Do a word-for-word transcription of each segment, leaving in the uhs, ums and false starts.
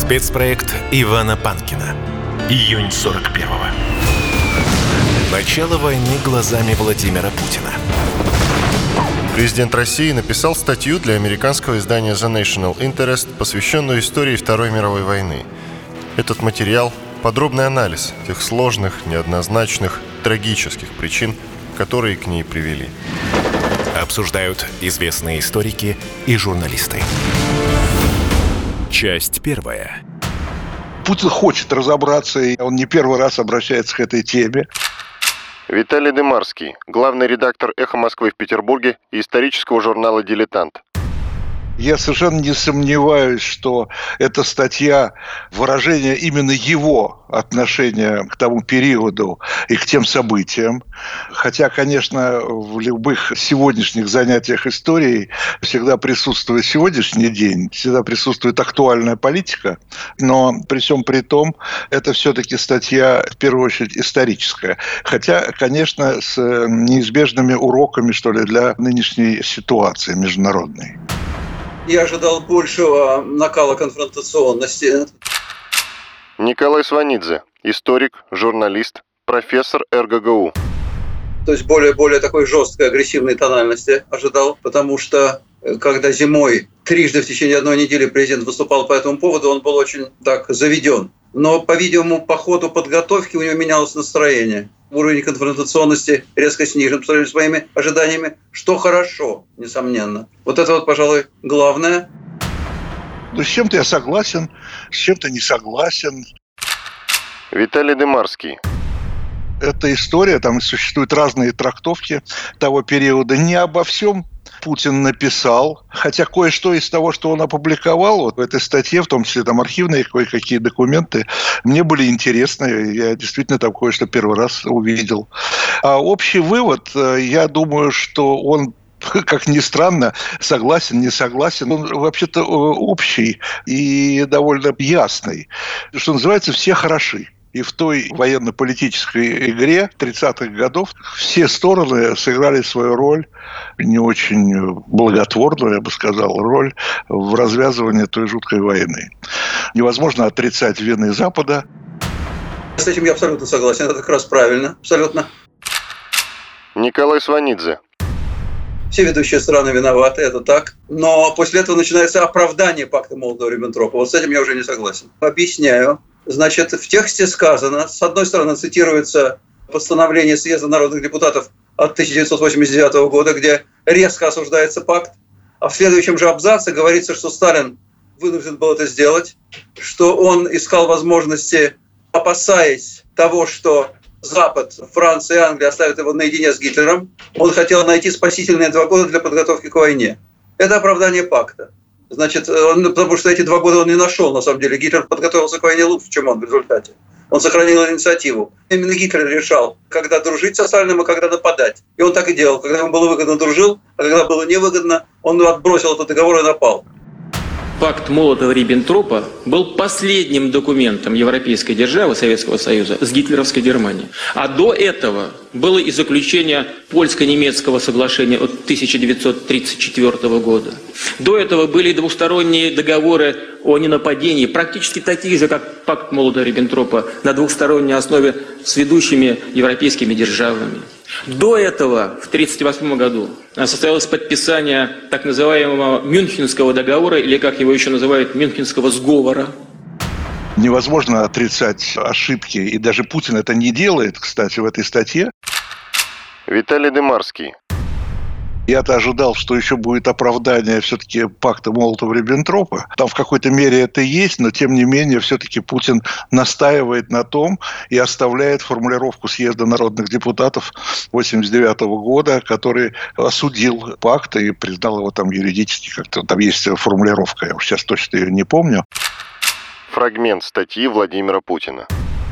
Спецпроект Ивана Панкина. Июнь сорок первого. Начало войны глазами Владимира Путина. Президент России написал статью для американского издания The National Interest, посвященную истории Второй мировой войны. Этот материал – подробный анализ тех сложных, неоднозначных, трагических причин, которые к ней привели. Обсуждают известные историки и журналисты. Часть первая. Путин хочет разобраться, и он не первый раз обращается к этой теме. Виталий Дымарский, главный редактор «Эхо Москвы» в Петербурге и исторического журнала «Дилетант». Я совершенно не сомневаюсь, что эта статья – выражение именно его отношения к тому периоду и к тем событиям. Хотя, конечно, в любых сегодняшних занятиях историей всегда присутствует сегодняшний день, всегда присутствует актуальная политика, но при всем при том, это все-таки статья, в первую очередь, историческая. Хотя, конечно, с неизбежными уроками, что ли, для нынешней ситуации международной. Я ожидал большего накала конфронтационности. Николай Сванидзе, историк, журналист, профессор эр гэ гэ у. То есть более-более такой жесткой, агрессивной тональности ожидал, потому что когда зимой трижды в течение одной недели президент выступал по этому поводу, он был очень так заведен. Но, по-видимому, по ходу подготовки у него менялось настроение. Уровень конфронтационности резко снижен по сравнению с моими ожиданиями, что хорошо, несомненно. Вот это вот, пожалуй, главное. Ну, с чем-то я согласен, с чем-то не согласен. Виталий Дымарский. Эта история, там существуют разные трактовки того периода. Не обо всем Путин написал, хотя кое-что из того, что он опубликовал вот в этой статье, в том числе там архивные кое-какие документы, мне были интересны. Я действительно там кое-что первый раз увидел. А общий вывод, я думаю, что он, как ни странно, согласен, не согласен, он вообще-то общий и довольно ясный. Что называется, все хороши. И в той военно-политической игре тридцатых годов все стороны сыграли свою роль, не очень благотворную, я бы сказал, роль в развязывании той жуткой войны. Невозможно отрицать вины Запада. С этим я абсолютно согласен, это как раз правильно, абсолютно. Николай Сванидзе. Все ведущие страны виноваты, это так. Но после этого начинается оправдание пакта Молотова-Риббентропа. Вот с этим я уже не согласен. Объясняю. Значит, в тексте сказано, с одной стороны, цитируется постановление Съезда народных депутатов от тысяча девятьсот восемьдесят девятого года, где резко осуждается пакт, а в следующем же абзаце говорится, что Сталин вынужден был это сделать, что он искал возможности, опасаясь того, что Запад, Франция и Англия оставят его наедине с Гитлером, он хотел найти спасительные два года для подготовки к войне. Это оправдание пакта. Значит, он, потому что эти два года он не нашел, на самом деле. Гитлер подготовился к войне лучше, чем он в результате. Он сохранил инициативу. Именно Гитлер решал, когда дружить со Сталиным и когда нападать. И он так и делал. Когда ему было выгодно, дружил, а когда было невыгодно, он отбросил этот договор и напал. Пакт Молотова-Риббентропа был последним документом европейской державы Советского Союза с гитлеровской Германией. А до этого было и заключение польско-немецкого соглашения от тысяча девятьсот тридцать четвёртого года. До этого были двусторонние договоры о ненападении, практически такие же, как пакт Молотова-Риббентропа, на двухсторонней основе с ведущими европейскими державами. До этого, в тысяча девятьсот тридцать восьмом году, состоялось подписание так называемого Мюнхенского договора, или, как его еще называют, Мюнхенского сговора. Невозможно отрицать ошибки, и даже Путин это не делает, кстати, в этой статье. Виталий Дымарский. Я-то ожидал, что еще будет оправдание все-таки пакта Молотова-Риббентропа. Там в какой-то мере это есть, но тем не менее все-таки Путин настаивает на том и оставляет формулировку Съезда народных депутатов восемьдесят девятого года, который осудил пакт и признал его там юридически как-то. Там есть формулировка, я сейчас точно ее не помню. Фрагмент статьи Владимира Путина.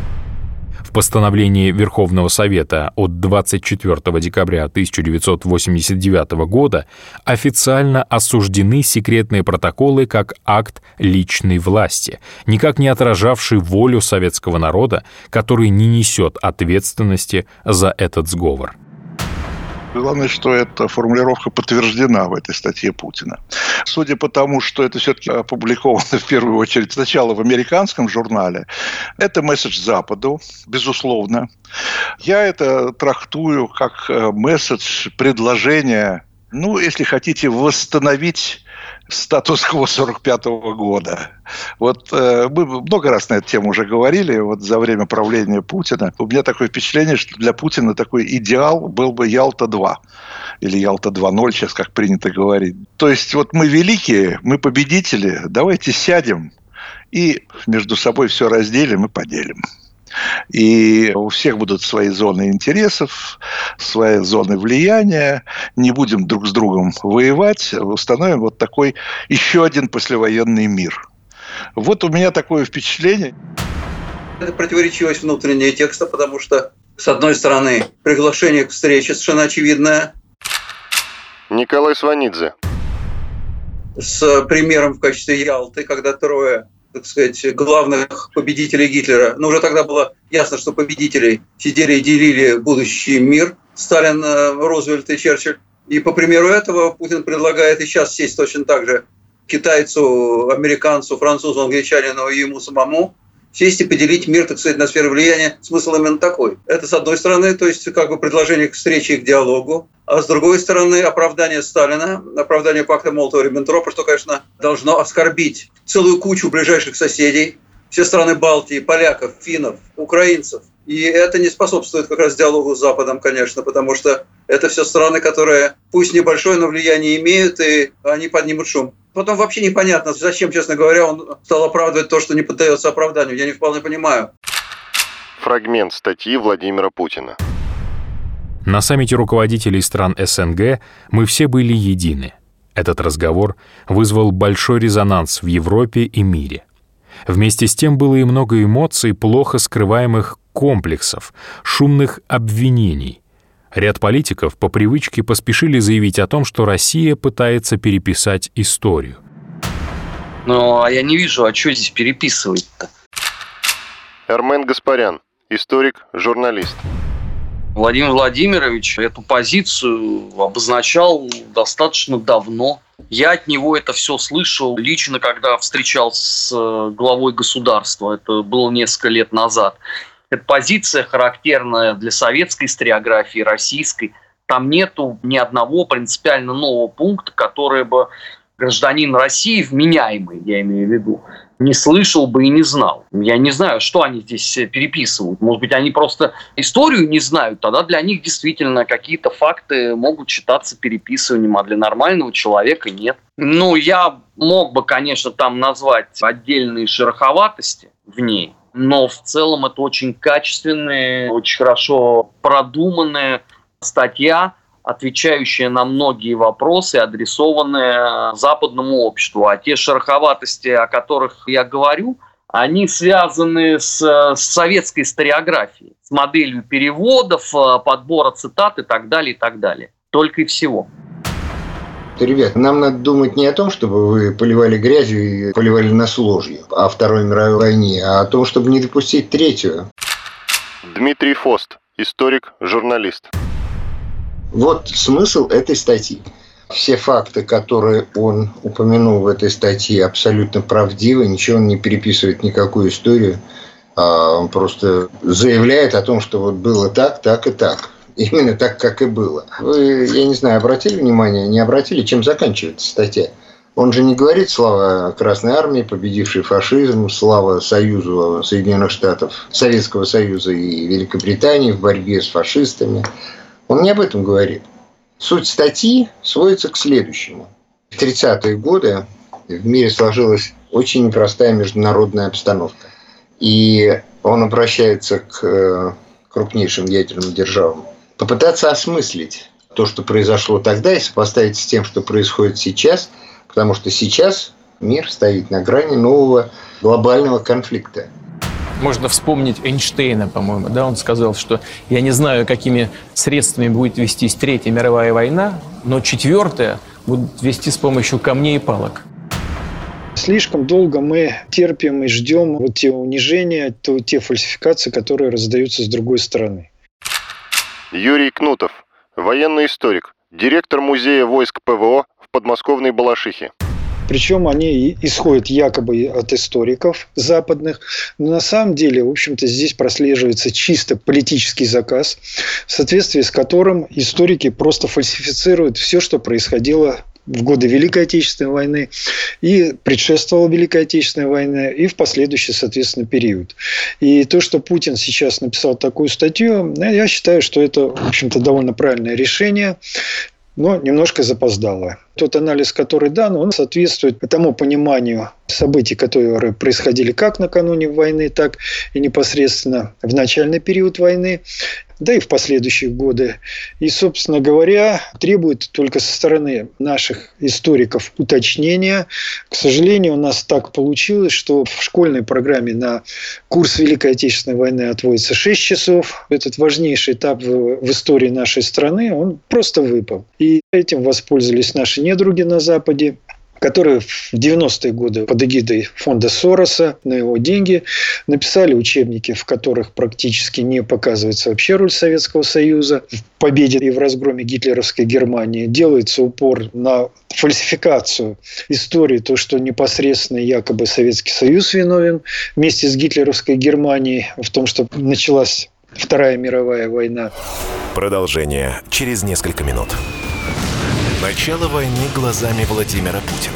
В постановлении Верховного Совета от двадцать четвёртого декабря тысяча девятьсот восемьдесят девятого года официально осуждены секретные протоколы как акт личной власти, никак не отражавший волю советского народа, который не несет ответственности за этот сговор. Главное, что эта формулировка подтверждена в этой статье Путина. Судя по тому, что это все-таки опубликовано в первую очередь сначала в американском журнале, это месседж Западу, безусловно. Я это трактую как месседж, предложение, ну, если хотите, восстановить статус-кво сорок пятого года. Вот э, мы много раз на эту тему уже говорили, вот за время правления Путина. У меня такое впечатление, что для Путина такой идеал был бы Ялта-два. Или Ялта два ноль, сейчас как принято говорить. То есть вот мы великие, мы победители, давайте сядем и между собой все разделим и поделим. И у всех будут свои зоны интересов, свои зоны влияния. Не будем друг с другом воевать. Установим вот такой еще один послевоенный мир. Вот у меня такое впечатление. Это противоречивость внутреннего текста, потому что, с одной стороны, приглашение к встрече совершенно очевидное. Николай Сванидзе. С примером в качестве Ялты, когда трое, так сказать, главных победителей Гитлера. Но уже тогда было ясно, что победителей сидели и делили будущий мир. Сталин, Рузвельт и Черчилль. И по примеру этого Путин предлагает и сейчас сесть точно так же китайцу, американцу, французу, англичанину и ему самому сесть и поделить мир, так сказать, на сферы влияния. Смысл именно такой. Это с одной стороны, то есть как бы предложение к встрече и к диалогу. А с другой стороны, оправдание Сталина, оправдание пакта Молотова-Риббентропа, что, конечно, должно оскорбить целую кучу ближайших соседей, все страны Балтии, поляков, финнов, украинцев. И это не способствует как раз диалогу с Западом, конечно, потому что это все страны, которые пусть небольшое, но влияние имеют, и они поднимут шум. Потом вообще непонятно, зачем, честно говоря, он стал оправдывать то, что не поддается оправданию. Я не вполне понимаю. Фрагмент статьи Владимира Путина. На саммите руководителей стран СНГ мы все были едины. Этот разговор вызвал большой резонанс в Европе и мире. Вместе с тем было и много эмоций, плохо скрываемых комплексов, шумных обвинений. Ряд политиков по привычке поспешили заявить о том, что Россия пытается переписать историю. Ну, а я не вижу, а что здесь переписывать-то? Армен Гаспарян, историк, журналист. Владимир Владимирович эту позицию обозначал достаточно давно. Я от него это все слышал лично, когда встречался с главой государства. Это было несколько лет назад. Эта позиция характерная для советской историографии, российской. Там нету ни одного принципиально нового пункта, который бы гражданин России, вменяемый, я имею в виду, не слышал бы и не знал. Я не знаю, что они здесь переписывают. Может быть, они просто историю не знают, тогда для них действительно какие-то факты могут считаться переписыванием, а для нормального человека нет. Ну, я мог бы, конечно, там назвать отдельные шероховатости в ней, но в целом это очень качественная, очень хорошо продуманная статья, отвечающая на многие вопросы, адресованные западному обществу. А те шероховатости, о которых я говорю, они связаны с, с советской историографией, с моделью переводов, подбора цитат и так далее, и так далее. Только и всего. Ребят, нам надо думать не о том, чтобы вы поливали грязью и поливали нас ложью о Второй мировой войне, а о том, чтобы не допустить третью. Дмитрий Фост, историк, журналист. Вот смысл этой статьи. Все факты, которые он упомянул в этой статье, абсолютно правдивы, ничего он не переписывает, никакую историю. Он просто заявляет о том, что вот было так, так и так. Именно так, как и было. Вы, я не знаю, обратили внимание, не обратили, чем заканчивается статья? Он же не говорит слава Красной Армии, победившей фашизм, слава Союзу Соединенных Штатов, Советского Союза и Великобритании в борьбе с фашистами. Он не об этом говорит. Суть статьи сводится к следующему. В тридцатые годы в мире сложилась очень непростая международная обстановка. И он обращается к крупнейшим ядерным державам. Попытаться осмыслить то, что произошло тогда, и сопоставить с тем, что происходит сейчас, потому что сейчас мир стоит на грани нового глобального конфликта. Можно вспомнить Эйнштейна, по-моему, да, он сказал, что я не знаю, какими средствами будет вестись Третья мировая война, но Четвертая будет вести с помощью камней и палок. Слишком долго мы терпим и ждем вот те унижения, то, те фальсификации, которые раздаются с другой стороны. Юрий Кнутов, Военный историк, директор музея войск ПВО в подмосковной Балашихе. Причем они исходят якобы от историков западных. Но на самом деле, в общем-то, здесь прослеживается чисто политический заказ, в соответствии с которым историки просто фальсифицируют все, что происходило в годы Великой Отечественной войны и предшествовала Великой Отечественной войне, и в последующий, соответственно, период. И то, что Путин сейчас написал такую статью, я считаю, что это, в общем-то, довольно правильное решение, но немножко запоздало. Тот анализ, который дан, он соответствует тому пониманию событий, которые происходили как накануне войны, так и непосредственно в начальный период войны, да и в последующие годы. И, собственно говоря, требует только со стороны наших историков уточнения. К сожалению, у нас так получилось, что в школьной программе на курс Великой Отечественной войны отводится шесть часов. Этот важнейший этап в, в истории нашей страны, он просто выпал. И этим воспользовались наши недруги на Западе, которые в девяностые годы под эгидой фонда Сороса на его деньги написали учебники, в которых практически не показывается вообще роль Советского Союза в победе и в разгроме гитлеровской Германии. Делается упор на фальсификацию истории, то, что непосредственно якобы Советский Союз виновен вместе с гитлеровской Германией в том, что началась Вторая мировая война. Продолжение через несколько минут. Начало войны глазами Владимира Путина.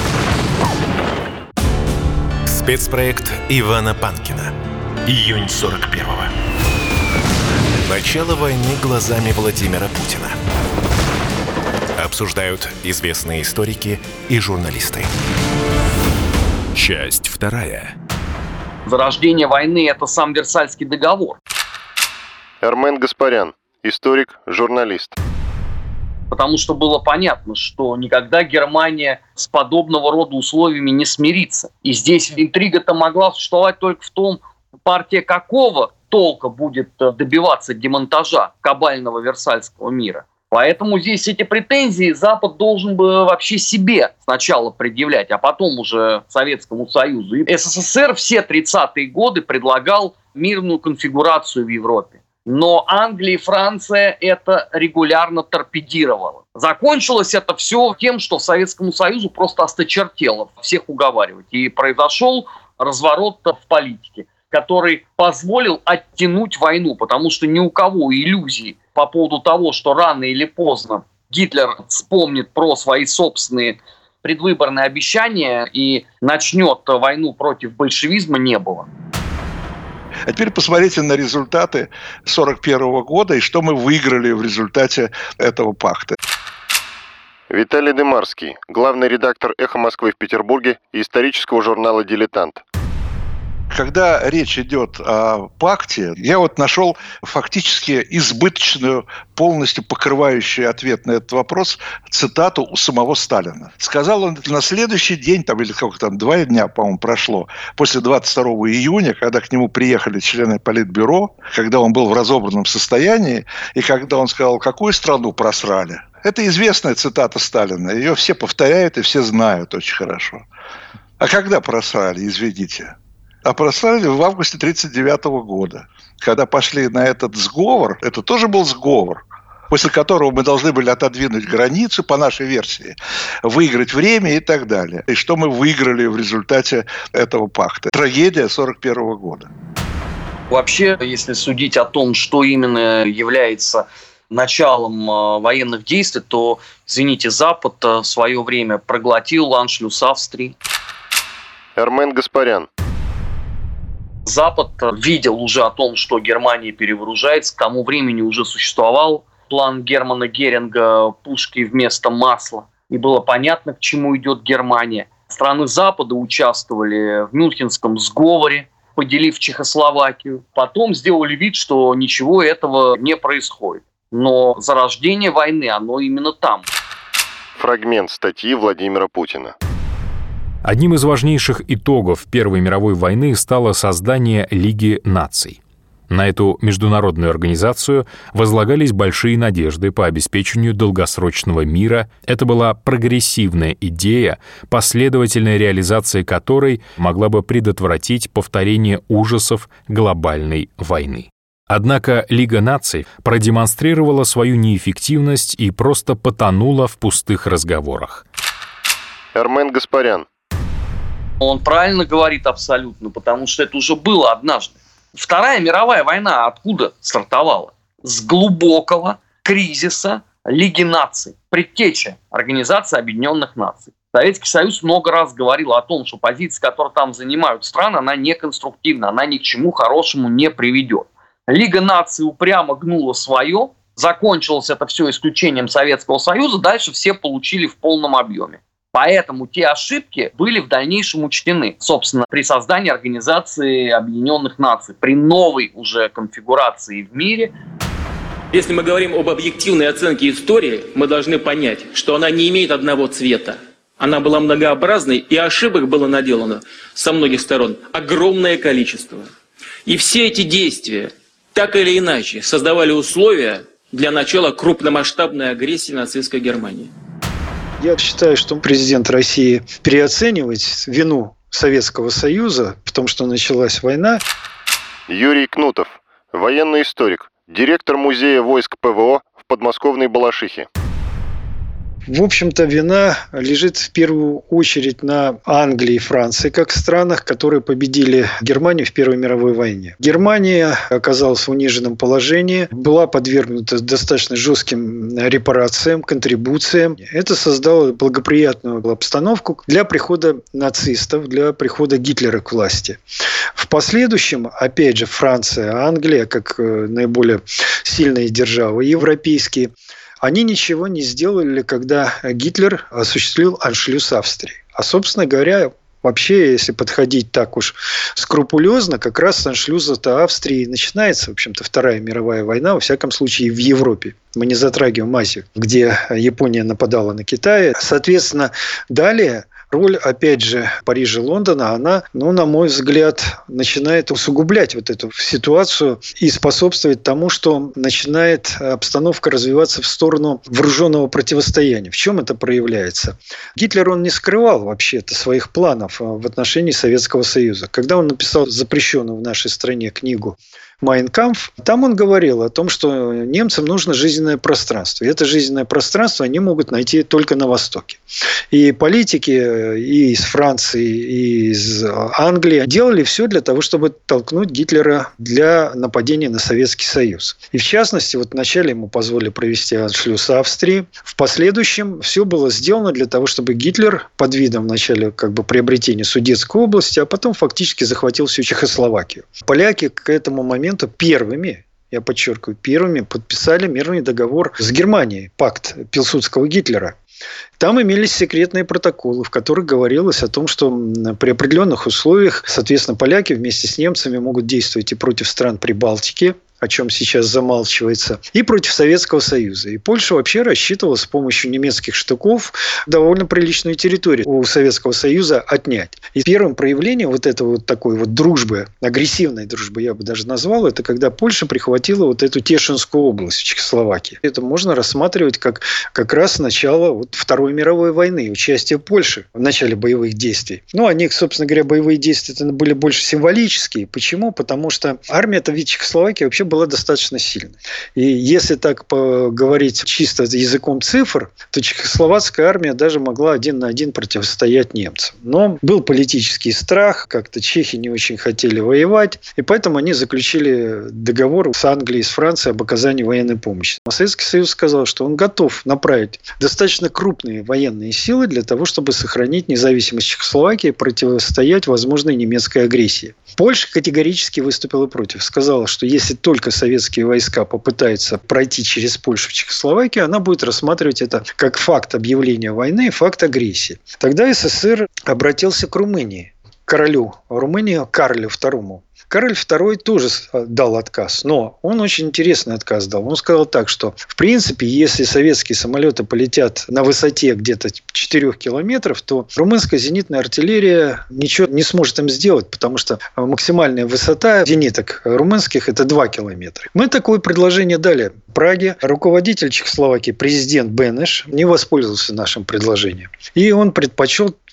Спецпроект Ивана Панкина. Июнь сорок первого. Начало войны глазами Владимира Путина. Обсуждают известные историки и журналисты. Часть вторая. Зарождение войны – это сам Версальский договор. Армен Гаспарян, историк, журналист. Потому что было понятно, что никогда Германия с подобного рода условиями не смирится. И здесь интрига-то могла существовать только в том, партия какого толка будет добиваться демонтажа кабального Версальского мира. Поэтому здесь эти претензии Запад должен бы вообще себе сначала предъявлять, а потом уже Советскому Союзу. И СССР все тридцатые годы предлагал мирную конфигурацию в Европе. Но Англия и Франция это регулярно торпедировала. Закончилось это все тем, что Советскому Союзу просто осточертело всех уговаривать. И произошел разворот в политике, который позволил оттянуть войну, потому что ни у кого иллюзий по поводу того, что рано или поздно Гитлер вспомнит про свои собственные предвыборные обещания и начнет войну против большевизма, не было. А теперь посмотрите на результаты сорок первого года и что мы выиграли в результате этого пакта. Виталий Дымарский, главный редактор «Эхо Москвы» в Петербурге и исторического журнала «Дилетант». Когда речь идет о пакте, я вот нашел фактически избыточную, полностью покрывающую ответ на этот вопрос цитату у самого Сталина. Сказал он на следующий день, там, или сколько там, два дня, по-моему, прошло, после двадцать второго июня, когда к нему приехали члены Политбюро, когда он был в разобранном состоянии, и когда он сказал, какую страну просрали. Это известная цитата Сталина, ее все повторяют и все знают очень хорошо. А когда просрали, извините? А просрали в августе тридцать девятого года, когда пошли на этот сговор. Это тоже был сговор, после которого мы должны были отодвинуть границу, по нашей версии, выиграть время и так далее. И что мы выиграли в результате этого пакта? Трагедия сорок первого года. Вообще, если судить о том, что именно является началом военных действий, то, извините, Запад в свое время проглотил аншлюс Австрии. Армен Гаспарян. Запад видел уже о том, что Германия перевооружается. К тому времени уже существовал план Германа Геринга «Пушки вместо масла». И было понятно, к чему идет Германия. Страны Запада участвовали в Мюнхенском сговоре, поделив Чехословакию. Потом сделали вид, что ничего этого не происходит. Но зарождение войны, оно именно там. Фрагмент статьи Владимира Путина. Одним из важнейших итогов Первой мировой войны стало создание Лиги наций. На эту международную организацию возлагались большие надежды по обеспечению долгосрочного мира. Это была прогрессивная идея, последовательная реализация которой могла бы предотвратить повторение ужасов глобальной войны. Однако Лига наций продемонстрировала свою неэффективность и просто потонула в пустых разговорах. Армен Гаспарян. Он правильно говорит абсолютно, потому что это уже было однажды. Вторая мировая война откуда стартовала? С глубокого кризиса Лиги наций, предтеча Организации Объединенных Наций. Советский Союз много раз говорил о том, что позиция, которую там занимают страны, она не конструктивна, она ни к чему хорошему не приведет. Лига наций упрямо гнула свое, закончилось это все исключением Советского Союза, дальше все получили в полном объеме. Поэтому те ошибки были в дальнейшем учтены, собственно, при создании Организации Объединенных Наций, при новой уже конфигурации в мире. Если мы говорим об объективной оценке истории, мы должны понять, что она не имеет одного цвета. Она была многообразной, и ошибок было наделано со многих сторон огромное количество. И все эти действия, так или иначе, создавали условия для начала крупномасштабной агрессии нацистской Германии. Я считаю, что президент России переоценивает вину Советского Союза в том, что началась война. Юрий Кнутов, военный историк, директор музея войск ПВО в подмосковной Балашихе. В общем-то, вина лежит в первую очередь на Англии и Франции, как странах, которые победили Германию в Первой мировой войне. Германия оказалась в униженном положении, была подвергнута достаточно жестким репарациям, контрибуциям. Это создало благоприятную обстановку для прихода нацистов, для прихода Гитлера к власти. В последующем, опять же, Франция, Англия, как наиболее сильные державы европейские, они ничего не сделали, когда Гитлер осуществил аншлюз Австрии. А, собственно говоря, вообще, если подходить так уж скрупулезно, как раз с аншлюза-то Австрии начинается, в общем-то, Вторая мировая война, во всяком случае, в Европе. Мы не затрагиваем Азию, где Япония нападала на Китай. Соответственно, далее роль, опять же, Парижа и Лондона, она, ну, на мой взгляд, начинает усугублять вот эту ситуацию и способствует тому, что начинает обстановка развиваться в сторону вооруженного противостояния. В чем это проявляется? Гитлер, он не скрывал вообще-то своих планов в отношении Советского Союза. Когда он написал запрещенную в нашей стране книгу «Майн кампф», там он говорил о том, что немцам нужно жизненное пространство. И это жизненное пространство они могут найти только на Востоке. И политики и из Франции, и из Англии делали все для того, чтобы толкнуть Гитлера для нападения на Советский Союз. И в частности, вот вначале ему позволили провести аншлюз Австрии. В последующем все было сделано для того, чтобы Гитлер под видом вначале как бы приобретения Судетской области, а потом фактически захватил всю Чехословакию. Поляки к этому моменту первыми, я подчеркиваю, первыми подписали мирный договор с Германией, пакт Пилсудского Гитлера. Там имелись секретные протоколы, в которых говорилось о том, что при определенных условиях, соответственно, поляки вместе с немцами могут действовать и против стран Прибалтики, о чем сейчас замалчивается, и против Советского Союза. И Польша вообще рассчитывала с помощью немецких штыков довольно приличную территорию у Советского Союза отнять. И первым проявлением вот этой вот такой вот дружбы, агрессивной дружбы, я бы даже назвал, это когда Польша прихватила вот эту Тешинскую область в Чехословакии. Это можно рассматривать как как раз начало вот Второй мировой войны, участие Польши в начале боевых действий. Ну, они, собственно говоря, боевые действия были больше символические. Почему? Потому что армия-то в Чехословакии вообще была достаточно сильной. И если так поговорить чисто языком цифр, то чехословацкая армия даже могла один на один противостоять немцам. Но был политический страх, как-то чехи не очень хотели воевать, и поэтому они заключили договор с Англией и с Францией об оказании военной помощи. А Советский Союз сказал, что он готов направить достаточно крупные военные силы для того, чтобы сохранить независимость Чехословакии и противостоять возможной немецкой агрессии. Польша категорически выступила против. Сказала, что если только советские войска попытаются пройти через Польшу в Чехословакию, она будет рассматривать это как факт объявления войны и факт агрессии. Тогда СССР обратился к Румынии, к королю Румынии Карлю второму. Кароль второй тоже дал отказ, но он очень интересный отказ дал. Он сказал так, что в принципе, если советские самолеты полетят на высоте где-то четырех километров, то румынская зенитная артиллерия ничего не сможет им сделать, потому что максимальная высота зениток румынских – это два километра. Мы такое предложение дали Праге. Руководитель Чехословакии, президент Бенеш, не воспользовался нашим предложением. И он предпочел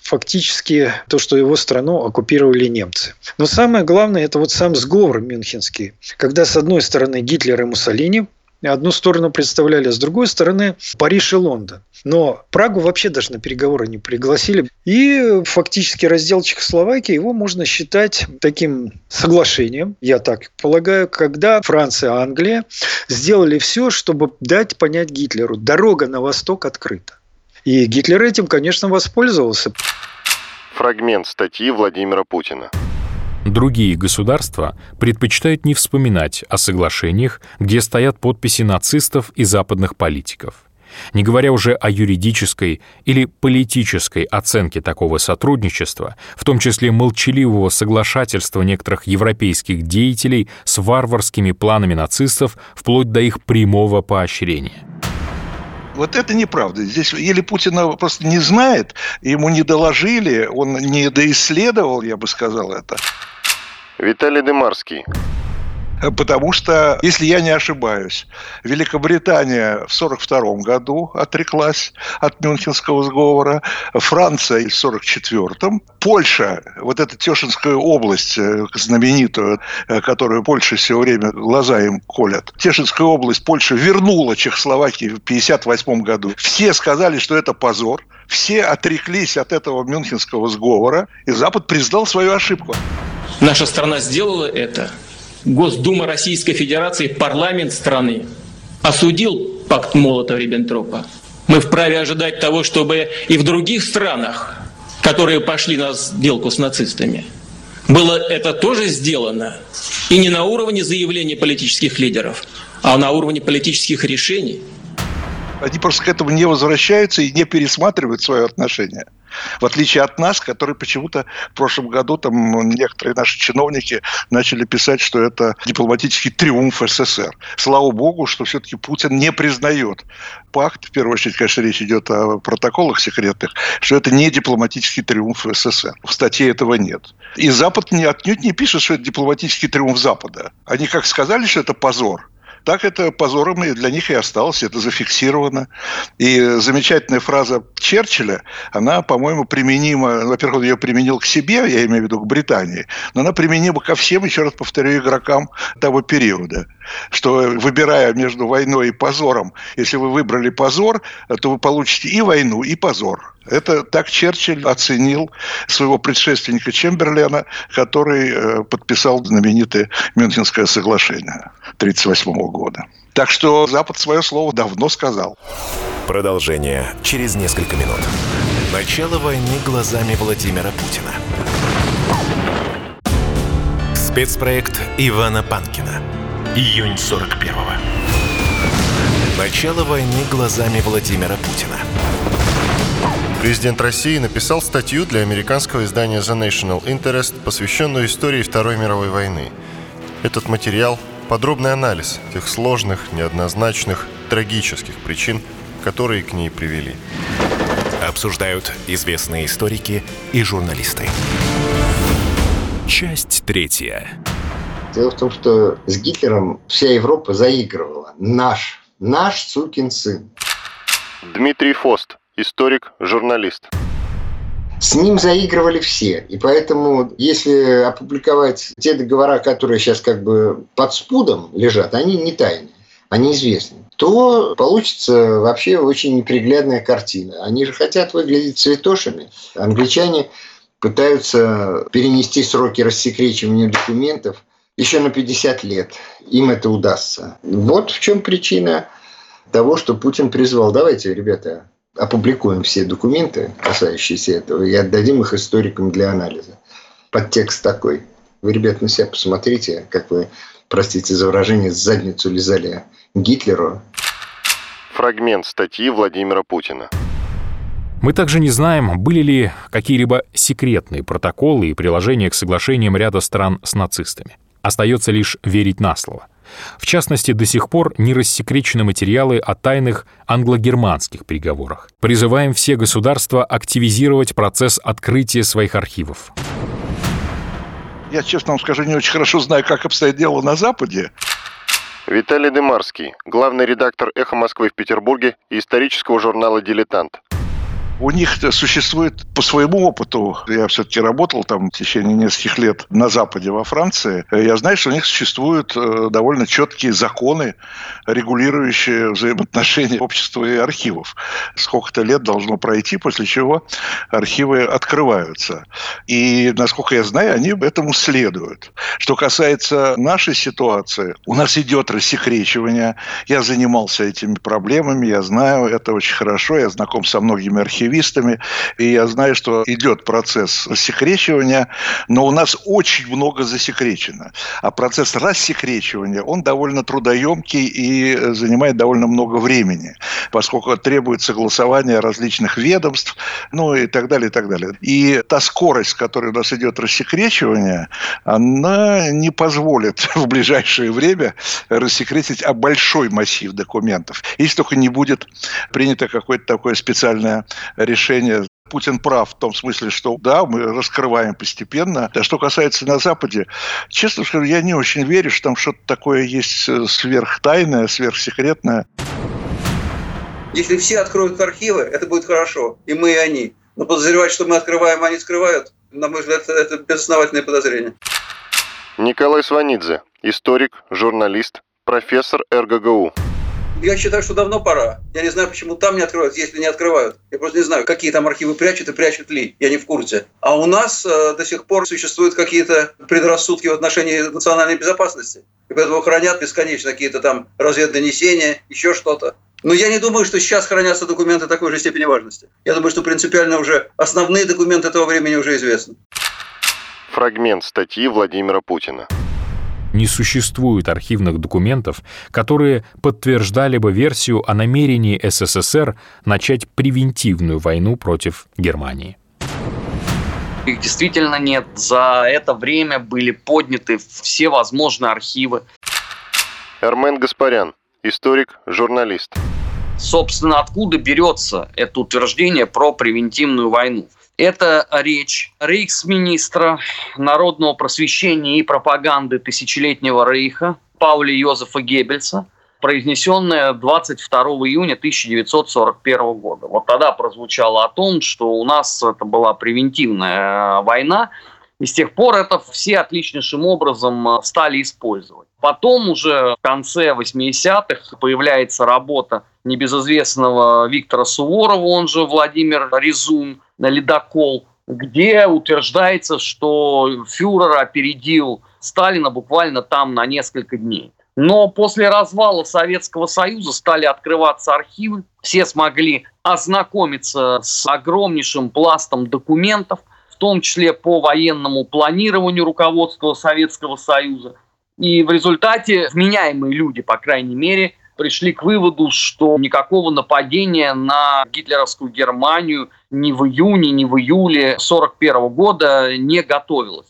фактически то, что его страну оккупировали немцы. Но самое главное – это вот сам сговор мюнхенский, когда с одной стороны Гитлер и Муссолини одну сторону представляли, а с другой стороны Париж и Лондон. Но Прагу вообще даже на переговоры не пригласили. И фактически раздел Чехословакии, его можно считать таким соглашением, я так полагаю, когда Франция и Англия сделали все, чтобы дать понять Гитлеру: дорога на восток открыта. И Гитлер этим, конечно, воспользовался. Фрагмент статьи Владимира Путина. Другие государства предпочитают не вспоминать о соглашениях, где стоят подписи нацистов и западных политиков. Не говоря уже о юридической или политической оценке такого сотрудничества, в том числе молчаливого соглашательства некоторых европейских деятелей с варварскими планами нацистов вплоть до их прямого поощрения. Вот это неправда. Здесь или Путина просто не знает, ему не доложили, он не доисследовал, я бы сказал это. Виталий Дымарский. Потому что, если я не ошибаюсь, Великобритания в сорок втором году отреклась от Мюнхенского сговора, Франция в сорок четвёртом, Польша, вот эта Тешинская область знаменитую, которую Польша все время глаза им колят, Тешинская область Польша вернула Чехословакии в пятьдесят восьмом году. Все сказали, что это позор, все отреклись от этого Мюнхенского сговора, и Запад признал свою ошибку. Наша страна сделала это. Госдума Российской Федерации, парламент страны осудил пакт Молотова-Риббентропа. Мы вправе ожидать того, чтобы и в других странах, которые пошли на сделку с нацистами, было это тоже сделано. И не на уровне заявлений политических лидеров, а на уровне политических решений. Они просто к этому не возвращаются и не пересматривают свое отношение. В отличие от нас, которые почему-то в прошлом году там некоторые наши чиновники начали писать, что это дипломатический триумф СССР. Слава богу, что все-таки Путин не признает пакт, в первую очередь, конечно, речь идет о протоколах секретных, что это не дипломатический триумф СССР. В статье этого нет. И Запад не, отнюдь не пишет, что это дипломатический триумф Запада. Они как сказали, что это позор, так это позором и для них и осталось, это зафиксировано. И замечательная фраза Черчилля, она, по-моему, применима, во-первых, он ее применил к себе, я имею в виду к Британии, но она применима ко всем, еще раз повторю, игрокам того периода, что, выбирая между войной и позором, если вы выбрали позор, то вы получите и войну, и позор. Это так Черчилль оценил своего предшественника Чемберлена, который подписал знаменитое Мюнхенское соглашение тысяча девятьсот тридцать восьмого года. Так что Запад свое слово давно сказал. Продолжение через несколько минут. Начало войны глазами Владимира Путина. Спецпроект Ивана Панкина. Июнь сорок первого. Начало войны глазами Владимира Путина. Президент России написал статью для американского издания The National Interest, посвященную истории Второй мировой войны. Этот материал – подробный анализ тех сложных, неоднозначных, трагических причин, которые к ней привели. Обсуждают известные историки и журналисты. Часть третья. Дело в том, что с Гитлером вся Европа заигрывала. Наш, наш сукин сын. Дмитрий Фост, историк, журналист. С ним заигрывали все. И поэтому, если опубликовать те договора, которые сейчас как бы под спудом лежат, они не тайны, они известны, то получится вообще очень неприглядная картина. Они же хотят выглядеть святошами. Англичане пытаются перенести сроки рассекречивания документов еще на пятьдесят лет. Им это удастся. Вот в чем причина того, что Путин призвал. Давайте, ребята, опубликуем все документы, касающиеся этого, и отдадим их историкам для анализа. Подтекст такой. Вы, ребята, на себя посмотрите, как вы, простите за выражение, задницу лизали Гитлеру. Фрагмент статьи Владимира Путина. Мы также не знаем, были ли какие-либо секретные протоколы и приложения к соглашениям ряда стран с нацистами. Остается лишь верить на слово. В частности, до сих пор не рассекречены материалы о тайных англо-германских переговорах. Призываем все государства активизировать процесс открытия своих архивов. Я, честно вам скажу, не очень хорошо знаю, как обстоит дело на Западе. Виталий Дымарский, главный редактор «Эхо Москвы» в Петербурге и исторического журнала «Дилетант». У них существует, по своему опыту, я все-таки работал там в течение нескольких лет на Западе, во Франции, я знаю, что у них существуют довольно четкие законы, регулирующие взаимоотношения общества и архивов. Сколько-то лет должно пройти, после чего архивы открываются. И, насколько я знаю, они этому следуют. Что касается нашей ситуации, у нас идет рассекречивание. Я занимался этими проблемами, я знаю это очень хорошо, я знаком со многими архивами, архивистами, и я знаю, что идет процесс рассекречивания, но у нас очень много засекречено. А процесс рассекречивания, он довольно трудоемкий и занимает довольно много времени, поскольку требует согласования различных ведомств, ну и так далее, и так далее. И та скорость, с которой у нас идет рассекречивание, она не позволит в ближайшее время рассекретить а большой массив документов, если только не будет принято какое-то такое специальное решение. Путин прав в том смысле, что да, мы раскрываем постепенно. А что касается на Западе, честно скажу, я не очень верю, что там что-то такое есть сверхтайное, сверхсекретное. Если все откроют архивы, это будет хорошо. И мы, и они. Но подозревать, что мы открываем, а они скрывают, на мой взгляд, это безосновательное подозрение. Николай Сванидзе, историк, журналист, профессор эр гэ гэ у. Я считаю, что давно пора. Я не знаю, почему там не открывают, если не открывают. Я просто не знаю, какие там архивы прячут и прячут ли. Я не в курсе. А у нас э, до сих пор существуют какие-то предрассудки в отношении национальной безопасности. И поэтому хранят бесконечно какие-то там разведдонесения, еще что-то. Но я не думаю, что сейчас хранятся документы такой же степени важности. Я думаю, что принципиально уже основные документы этого времени уже известны. Фрагмент статьи Владимира Путина. Не существует архивных документов, которые подтверждали бы версию о намерении эс эс эс эр начать превентивную войну против Германии. Их действительно нет. За это время были подняты все возможные архивы. Армен Гаспарян, историк, журналист. Собственно, откуда берется это утверждение про превентивную войну? Это речь рейхсминистра народного просвещения и пропаганды тысячелетнего рейха Пауля Йозефа Геббельса, произнесенная двадцать второго июня тысяча девятьсот сорок первого года. Вот тогда прозвучало о том, что у нас это была превентивная война, и с тех пор это все отличнейшим образом стали использовать. Потом уже в конце восьмидесятых появляется работа небезызвестного Виктора Суворова, он же Владимир Резун, «Ледокол», где утверждается, что фюрер опередил Сталина буквально там на несколько дней. Но после развала Советского Союза стали открываться архивы, все смогли ознакомиться с огромнейшим пластом документов, в том числе по военному планированию руководства Советского Союза. И в результате вменяемые люди, по крайней мере, пришли к выводу, что никакого нападения на гитлеровскую Германию ни в июне, ни в июле сорок первого года не готовилось.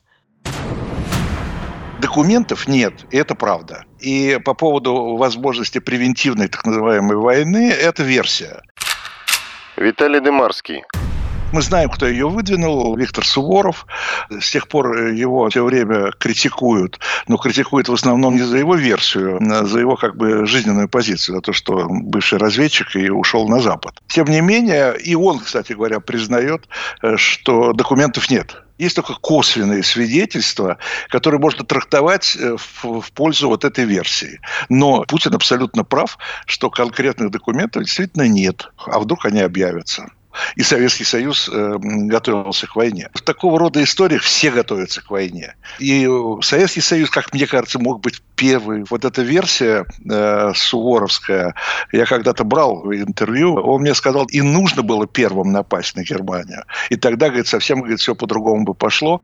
Документов нет, и это правда. И по поводу возможности превентивной так называемой войны, это версия. Виталий Дымарский. Мы знаем, кто ее выдвинул, Виктор Суворов. С тех пор его все время критикуют, но критикуют в основном не за его версию, а за его как бы жизненную позицию, за то, что он бывший разведчик и ушел на Запад. Тем не менее, и он, кстати говоря, признает, что документов нет. Есть только косвенные свидетельства, которые можно трактовать в, в пользу вот этой версии. Но Путин абсолютно прав, что конкретных документов действительно нет. А вдруг они объявятся? И Советский Союз э, готовился к войне. В такого рода историях все готовятся к войне. И Советский Союз, как мне кажется, мог быть первый. Вот эта версия э, суворовская, я когда-то брал интервью, он мне сказал, и нужно было первым напасть на Германию. И тогда, говорит, совсем, говорит, все по-другому бы пошло.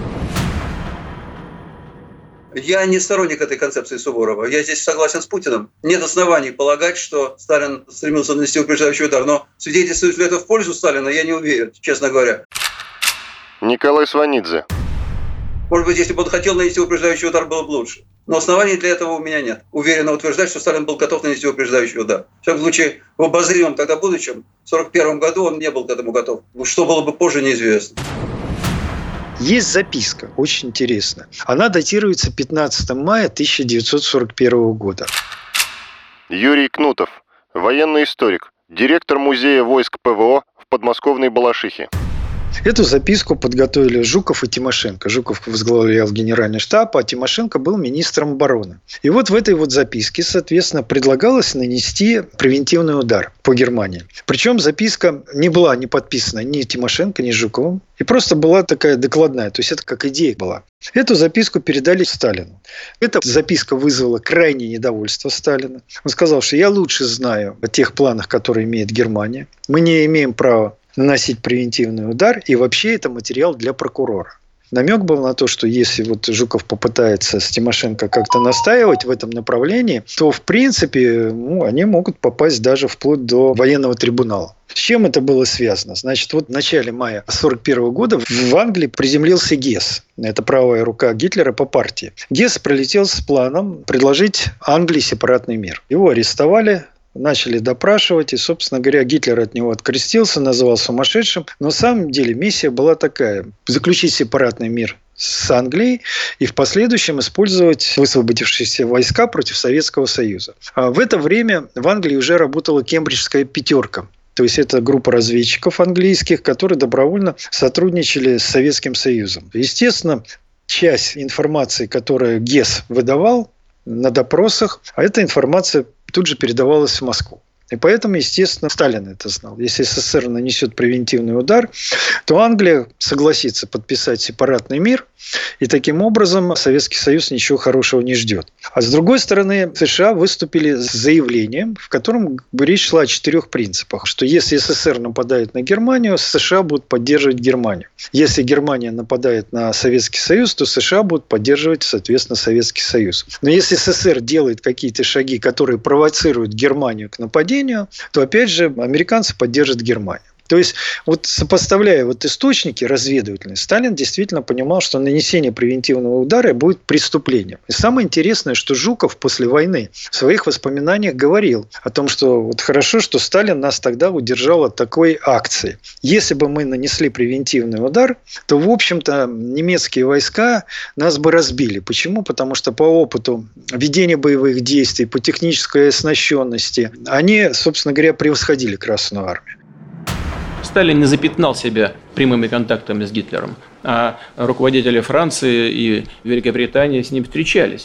Я не сторонник этой концепции Суворова. Я здесь согласен с Путиным. Нет оснований полагать, что Сталин стремился нанести упреждающий удар. Но свидетельствует ли это в пользу Сталина, я не уверен, честно говоря. Николай Сванидзе. Может быть, если бы он хотел нанести упреждающий удар, было бы лучше. Но оснований для этого у меня нет. Уверенно утверждать, что Сталин был готов нанести упреждающий удар. В всяком случае, в обозримом тогда будущем, в сорок первом году он не был к этому готов. Что было бы позже, неизвестно. Есть записка, очень интересная. Она датируется пятнадцатого мая тысяча девятьсот сорок первого года. Юрий Кнутов, военный историк, директор музея войск пэ вэ о в подмосковной Балашихе. Эту записку подготовили Жуков и Тимошенко. Жуков возглавлял генеральный штаб, а Тимошенко был министром обороны. И вот в этой вот записке, соответственно, предлагалось нанести превентивный удар по Германии. Причем записка не была не подписана ни Тимошенко, ни Жуковым. И просто была такая докладная, то есть это как идея была. Эту записку передали Сталину. Эта записка вызвала крайнее недовольство Сталина. Он сказал, что я лучше знаю о тех планах, которые имеет Германия. Мы не имеем права наносить превентивный удар, и вообще это материал для прокурора. Намек был на то, что если вот Жуков попытается с Тимошенко как-то настаивать в этом направлении, то, в принципе, ну, они могут попасть даже вплоть до военного трибунала. С чем это было связано? Значит, вот в начале мая тысяча девятьсот сорок первого года в Англии приземлился Гесс. Это правая рука Гитлера по партии. Гесс прилетел с планом предложить Англии сепаратный мир. Его арестовали, начали допрашивать, и, собственно говоря, Гитлер от него открестился, называл сумасшедшим. Но на самом деле миссия была такая – заключить сепаратный мир с Англией и в последующем использовать высвободившиеся войска против Советского Союза. А в это время в Англии уже работала Кембриджская пятерка. То есть это группа разведчиков английских, которые добровольно сотрудничали с Советским Союзом. Естественно, часть информации, которую Гесс выдавал на допросах, а эта информация тут же передавалась в Москву. И поэтому, естественно, Сталин это знал. Если СССР нанесет превентивный удар, то Англия согласится подписать сепаратный мир, и таким образом Советский Союз ничего хорошего не ждет. А с другой стороны, США выступили с заявлением, в котором речь шла о четырех принципах. Что если СССР нападает на Германию, США будут поддерживать Германию. Если Германия нападает на Советский Союз, то США будут поддерживать, соответственно, Советский Союз. Но если СССР делает какие-то шаги, которые провоцируют Германию к нападению, то, опять же, американцы поддержат Германию. То есть, вот сопоставляя вот источники разведывательные, Сталин действительно понимал, что нанесение превентивного удара будет преступлением. И самое интересное, что Жуков после войны в своих воспоминаниях говорил о том, что вот хорошо, что Сталин нас тогда удержал от такой акции. Если бы мы нанесли превентивный удар, то, в общем-то, немецкие войска нас бы разбили. Почему? Потому что по опыту ведения боевых действий, по технической оснащенности, они, собственно говоря, превосходили Красную Армию. Сталин не запятнал себя прямыми контактами с Гитлером, а руководители Франции и Великобритании с ним встречались.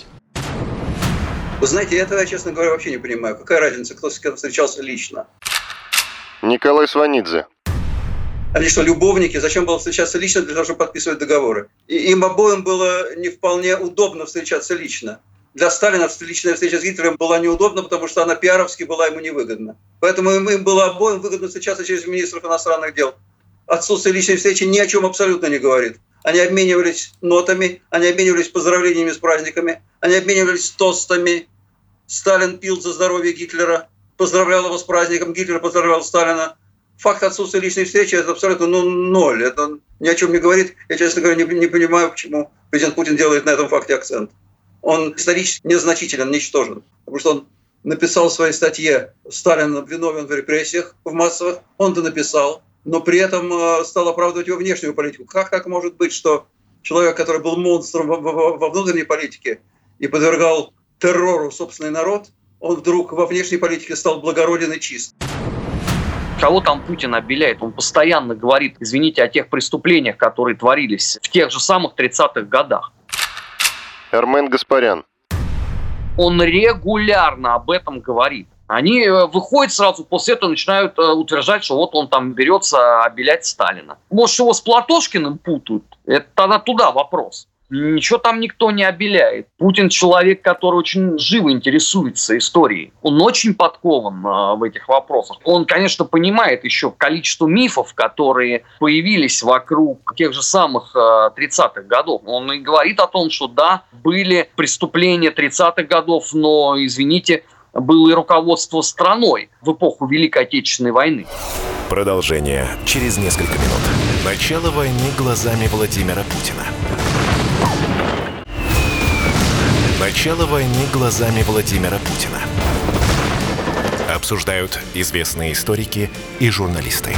Вы знаете, я этого, честно говоря, вообще не понимаю. Какая разница, кто с кем встречался лично? Николай Сванидзе. Они что, любовники? Зачем было встречаться лично для того, чтобы подписывать договоры? И им обоим было не вполне удобно встречаться лично. Для Сталина личная встреча с Гитлером была неудобна, потому что она пиаровски была ему невыгодна. Поэтому им, им было обоим выгодно встречаться через министров иностранных дел. Отсутствие личной встречи ни о чем абсолютно не говорит. Они обменивались нотами, они обменивались поздравлениями с праздниками, они обменивались тостами. Сталин пил за здоровье Гитлера, поздравлял его с праздником, Гитлер поздравлял Сталина. Факт отсутствия личной встречи – это абсолютно ну, ноль. Это ни о чем не говорит. Я, честно говоря, не, не понимаю, почему президент Путин делает на этом факте акцент. Он исторически незначителен, ничтожен. Потому что он написал в своей статье «Сталин виновен в репрессиях в массовых». Он-то написал, но при этом стал оправдывать его внешнюю политику. Как так может быть, что человек, который был монстром во внутренней политике и подвергал террору собственный народ, он вдруг во внешней политике стал благороден и чист? Кого там Путин обеляет? Он постоянно говорит, извините, о тех преступлениях, которые творились в тех же самых тридцатых годах. Армен Гаспарян. Он регулярно об этом говорит. Они выходят сразу после этого, начинают утверждать, что вот он там берется обелять Сталина. Может, его с Платошкиным путают? Это тогда туда вопрос. Ничего там никто не обеляет. Путин человек, который очень живо интересуется историей. Он очень подкован э, в этих вопросах. Он, конечно, понимает еще количество мифов, которые появились вокруг тех же самых э, тридцатых годов. Он и говорит о том, что да, были преступления тридцатых годов, но, извините, было и руководство страной в эпоху Великой Отечественной войны. Продолжение через несколько минут. Начало войны глазами Владимира Путина. Начало войны глазами Владимира Путина. Обсуждают известные историки и журналисты.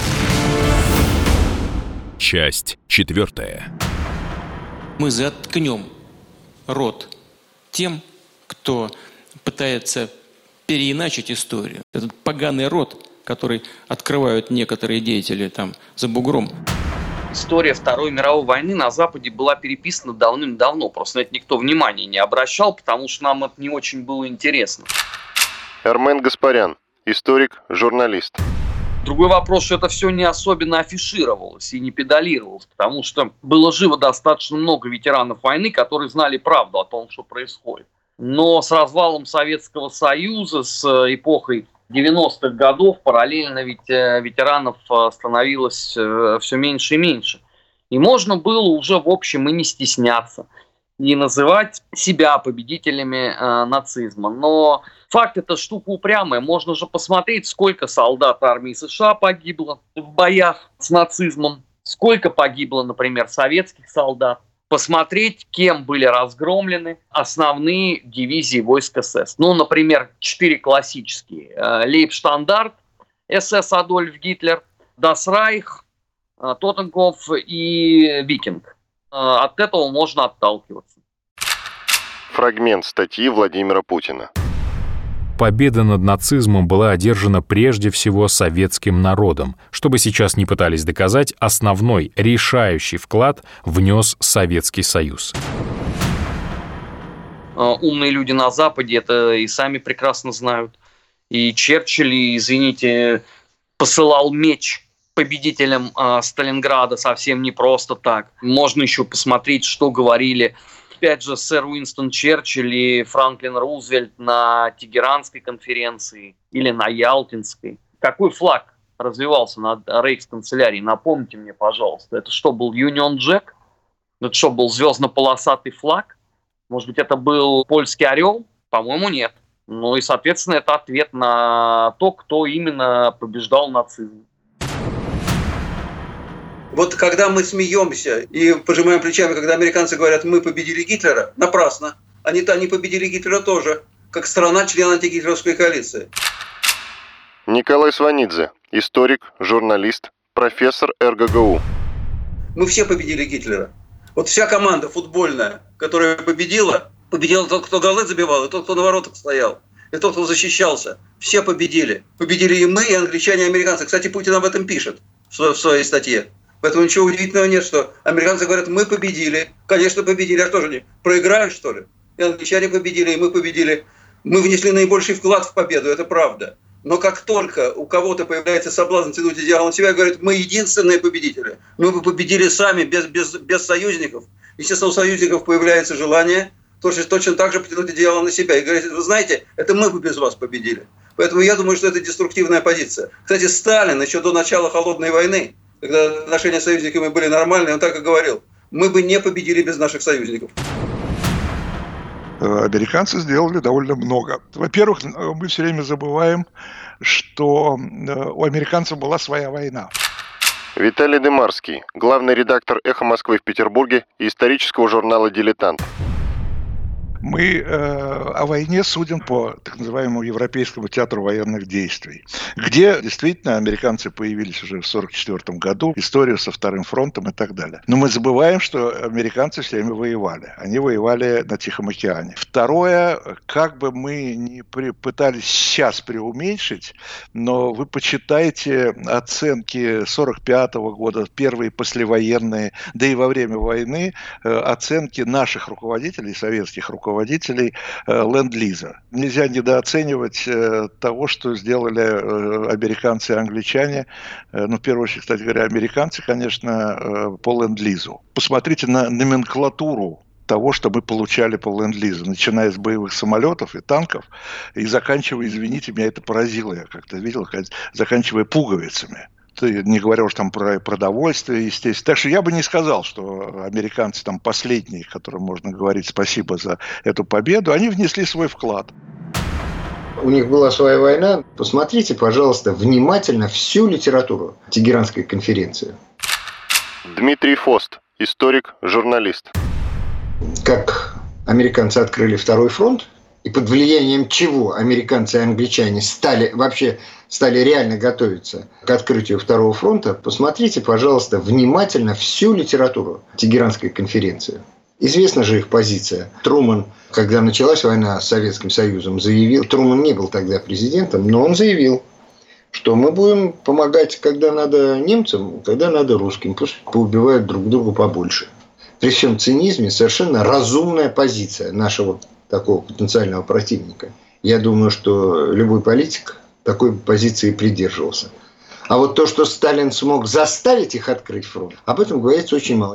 Часть четвертая. Мы заткнем рот тем, кто пытается переиначить историю. Этот поганый рот, который открывают некоторые деятели там за бугром. История Второй мировой войны на Западе была переписана давным-давно. Просто на это никто внимания не обращал, потому что нам это не очень было интересно. Армен Гаспарян, историк, журналист. Другой вопрос, что это все не особенно афишировалось и не педалировалось, потому что было живо достаточно много ветеранов войны, которые знали правду о том, что происходит. Но с развалом Советского Союза, с эпохой девяностых годов, параллельно ведь ветеранов становилось все меньше и меньше. И можно было уже, в общем, и не стесняться, и называть себя победителями э, нацизма. Но факт — это штука упрямая. Можно же посмотреть, сколько солдат армии США погибло в боях с нацизмом, сколько погибло, например, советских солдат. Посмотреть, кем были разгромлены основные дивизии войск СС. Ну, например, четыре классические. Лейбштандарт, СС Адольф Гитлер, Das Reich, Тоттенгоф и Викинг. От этого можно отталкиваться. Фрагмент статьи Владимира Путина. Победа над нацизмом была одержана прежде всего советским народом. Что бы сейчас ни пытались доказать, основной, решающий вклад внес Советский Союз. Умные люди на Западе это и сами прекрасно знают. И Черчилль, извините, посылал меч победителям э, Сталинграда совсем не просто так. Можно еще посмотреть, что говорили, опять же, сэр Уинстон Черчилль и Франклин Рузвельт на Тегеранской конференции или на Ялтинской. Какой флаг развивался над рейхсканцелярией? Напомните мне, пожалуйста. Это что, был Union Jack? Это что, был звездно-полосатый флаг? Может быть, это был польский орел? По-моему, нет. Ну и, соответственно, это ответ на то, кто именно побеждал нацизм. Вот когда мы смеемся и пожимаем плечами, когда американцы говорят, мы победили Гитлера, напрасно. Они-то они победили Гитлера тоже, как страна-член антигитлеровской коалиции. Николай Сванидзе, историк, журналист, профессор эр гэ гэ у. Мы все победили Гитлера. Вот вся команда футбольная, которая победила, победил тот, кто голы забивал, и тот, кто на воротах стоял, и тот, кто защищался. Все победили. Победили и мы, и англичане, и американцы. Кстати, Путин об этом пишет в своей статье. Поэтому ничего удивительного нет, что американцы говорят, мы победили. Конечно, победили. А что же они, проиграют, что ли? И англичане победили, и мы победили. Мы внесли наибольший вклад в победу, это правда. Но как только у кого-то появляется соблазн тянуть одеяло на себя, говорят, мы единственные победители. Мы бы победили сами, без, без, без союзников. Естественно, у союзников появляется желание точно, точно так же потянуть одеяло на себя. И говорят, вы знаете, это мы бы без вас победили. Поэтому я думаю, что это деструктивная позиция. Кстати, Сталин еще до начала Холодной войны, когда отношения с союзниками были нормальные, он так и говорил, мы бы не победили без наших союзников. Американцы сделали довольно много. Во-первых, мы все время забываем, что у американцев была своя война. Виталий Дымарский, главный редактор «Эхо Москвы» в Петербурге и исторического журнала «Дилетант». Мы э, о войне судим по так называемому Европейскому театру военных действий, где действительно американцы появились уже в сорок четвёртом году, историю со Вторым фронтом и так далее. Но мы забываем, что американцы все время воевали. Они воевали на Тихом океане. Второе, как бы мы ни при, пытались сейчас преуменьшить, но вы почитайте оценки сорок пятого года, первые послевоенные, да и во время войны, э, оценки наших руководителей, советских руководителей, руководителей э, ленд-лиза. Нельзя недооценивать э, того, что сделали э, американцы и англичане. Э, ну, в первую очередь, кстати говоря, американцы, конечно, э, по ленд-лизу. Посмотрите на номенклатуру того, что мы получали по ленд-лизу, начиная с боевых самолетов и танков, и заканчивая, извините, меня это поразило, я как-то видел, заканчивая пуговицами. Не говоря уж там про продовольствие, естественно. Так что я бы не сказал, что американцы там последние, которым можно говорить спасибо за эту победу, они внесли свой вклад. У них была своя война. Посмотрите, пожалуйста, внимательно всю литературу Тегеранской конференции. Дмитрий Фост, историк, журналист. Как американцы открыли Второй фронт, и под влиянием чего американцы и англичане стали вообще стали реально готовиться к открытию Второго фронта, посмотрите, пожалуйста, внимательно всю литературу Тегеранской конференции. Известна же их позиция. Труман, когда началась война с Советским Союзом, заявил, Труман не был тогда президентом, но он заявил, что мы будем помогать, когда надо немцам, когда надо русским. Пусть поубивают друг друга побольше. При всем цинизме совершенно разумная позиция нашего такого потенциального противника. Я думаю, что любой политик такой позиции придерживался. А вот то, что Сталин смог заставить их открыть фронт, об этом говорится очень мало.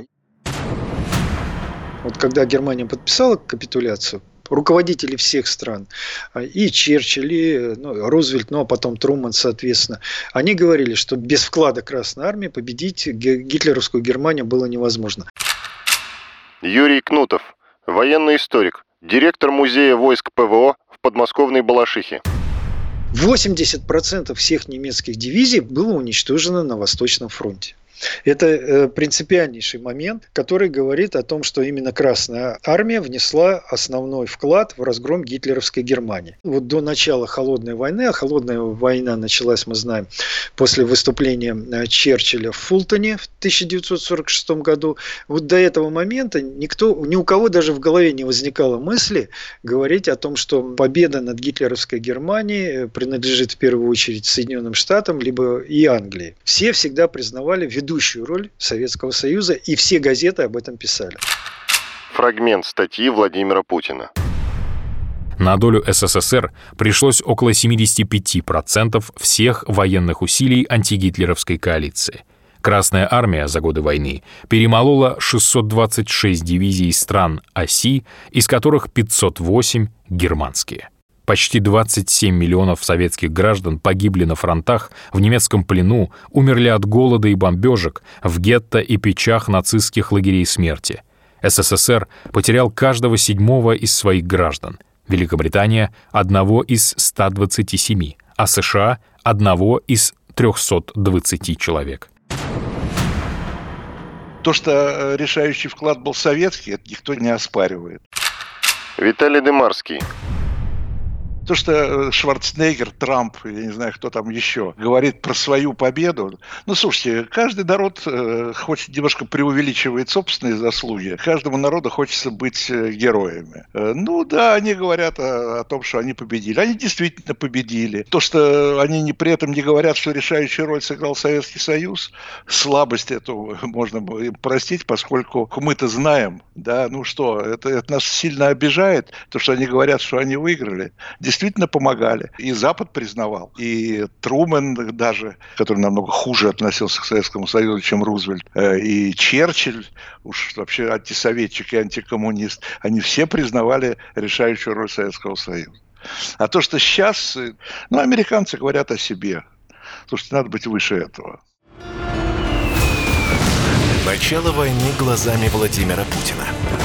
Вот когда Германия подписала капитуляцию, руководители всех стран, и Черчилль, и ну, Рузвельт, ну а потом Труман, соответственно, они говорили, что без вклада Красной Армии победить гитлеровскую Германию было невозможно. Юрий Кнутов, военный историк, директор музея войск ПВО в подмосковной Балашихе. восемьдесят процентов всех немецких дивизий было уничтожено на Восточном фронте. Это э, принципиальнейший момент, который говорит о том, что именно Красная Армия внесла основной вклад в разгром гитлеровской Германии. Вот до начала Холодной войны, а Холодная война началась, мы знаем, после выступления Черчилля в Фултоне в тысяча девятьсот сорок шестом году. Вот до этого момента никто, ни у кого даже в голове не возникало мысли говорить о том, что победа над гитлеровской Германией принадлежит в первую очередь Соединенным Штатам, либо и Англии. Все всегда признавали ведущую роль Советского Союза, и все газеты об этом писали. Фрагмент статьи Владимира Путина. На долю СССР пришлось около семьдесят пять процентов всех военных усилий антигитлеровской коалиции. Красная армия за годы войны перемолола шестьсот двадцать шесть дивизий стран оси, из которых пятьсот восемь германские. Почти двадцать семь миллионов советских граждан погибли на фронтах, в немецком плену, умерли от голода и бомбежек, в гетто и печах нацистских лагерей смерти. СССР потерял каждого седьмого из своих граждан. Великобритания – одного из ста двадцати семи, а США – одного из трехсот двадцати человек. То, что решающий вклад был советский, это никто не оспаривает. Виталий Дымарский. То, что Шварценеггер, Трамп, я не знаю, кто там еще, говорит про свою победу. Ну, слушайте, каждый народ э, хочет немножко преувеличивает собственные заслуги. Каждому народу хочется быть э, героями. Э, ну, да, они говорят о, о том, что они победили. Они действительно победили. То, что они не, при этом не говорят, что решающую роль сыграл Советский Союз, слабость эту можно им простить, поскольку мы-то знаем, да, ну что, это, это нас сильно обижает, то, что они говорят, что они выиграли. Действительно помогали. И Запад признавал. И Трумэн даже, который намного хуже относился к Советскому Союзу, чем Рузвельт, и Черчилль, уж вообще антисоветчик и антикоммунист, они все признавали решающую роль Советского Союза. А то, что сейчас, ну, американцы говорят о себе. Слушайте, надо быть выше этого. Начало войны глазами Владимира Путина.